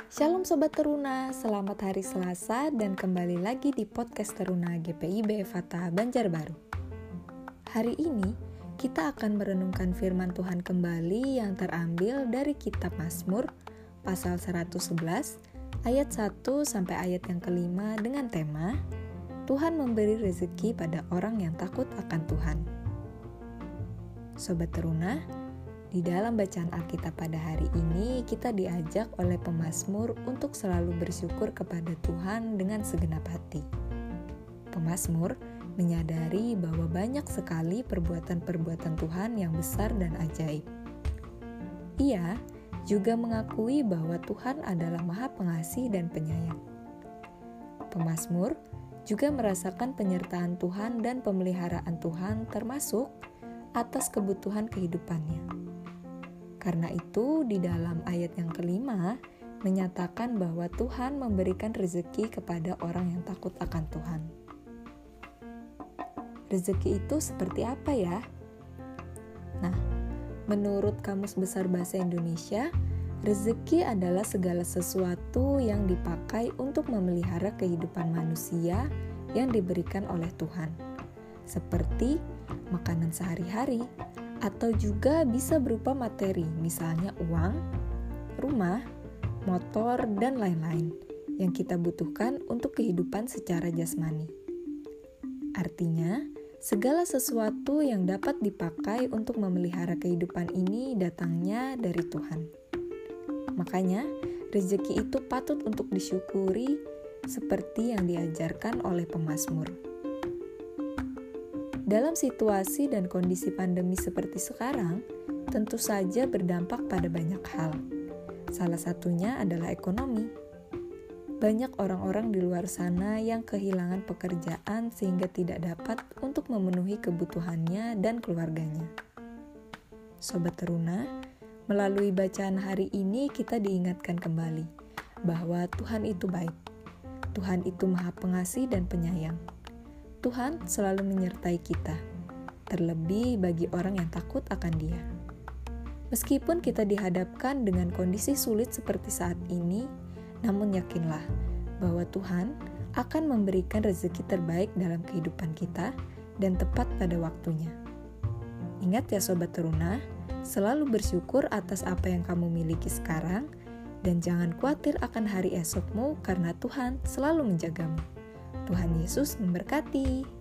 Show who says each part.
Speaker 1: Shalom Sobat Teruna, selamat hari Selasa dan kembali lagi di podcast Teruna GPIB Fatah Banjarbaru. Hari ini kita akan merenungkan firman Tuhan kembali yang terambil dari kitab Mazmur pasal 111 ayat 1 sampai ayat yang kelima dengan tema Tuhan memberi rezeki pada orang yang takut akan Tuhan. Sobat Teruna, di dalam bacaan Alkitab pada hari ini, kita diajak oleh pemazmur untuk selalu bersyukur kepada Tuhan dengan segenap hati. Pemazmur menyadari bahwa banyak sekali perbuatan-perbuatan Tuhan yang besar dan ajaib. Ia juga mengakui bahwa Tuhan adalah Maha Pengasih dan Penyayang. Pemazmur juga merasakan penyertaan Tuhan dan pemeliharaan Tuhan termasuk atas kebutuhan kehidupannya. Karena itu, di dalam ayat yang kelima, menyatakan bahwa Tuhan memberikan rezeki kepada orang yang takut akan Tuhan. Rezeki itu seperti apa ya? Nah, menurut Kamus Besar Bahasa Indonesia, rezeki adalah segala sesuatu yang dipakai untuk memelihara kehidupan manusia yang diberikan oleh Tuhan, seperti makanan sehari-hari, atau juga bisa berupa materi, misalnya uang, rumah, motor, dan lain-lain yang kita butuhkan untuk kehidupan secara jasmani. Artinya, segala sesuatu yang dapat dipakai untuk memelihara kehidupan ini datangnya dari Tuhan. Makanya, rezeki itu patut untuk disyukuri seperti yang diajarkan oleh pemazmur. Dalam situasi dan kondisi pandemi seperti sekarang, tentu saja berdampak pada banyak hal. Salah satunya adalah ekonomi. Banyak orang-orang di luar sana yang kehilangan pekerjaan sehingga tidak dapat untuk memenuhi kebutuhannya dan keluarganya. Sobat Teruna, melalui bacaan hari ini kita diingatkan kembali bahwa Tuhan itu baik. Tuhan itu Maha Pengasih dan Penyayang. Tuhan selalu menyertai kita, terlebih bagi orang yang takut akan Dia. Meskipun kita dihadapkan dengan kondisi sulit seperti saat ini, namun yakinlah bahwa Tuhan akan memberikan rezeki terbaik dalam kehidupan kita dan tepat pada waktunya. Ingat ya Sobat Teruna, selalu bersyukur atas apa yang kamu miliki sekarang, dan jangan khawatir akan hari esokmu karena Tuhan selalu menjagamu. Tuhan Yesus memberkati.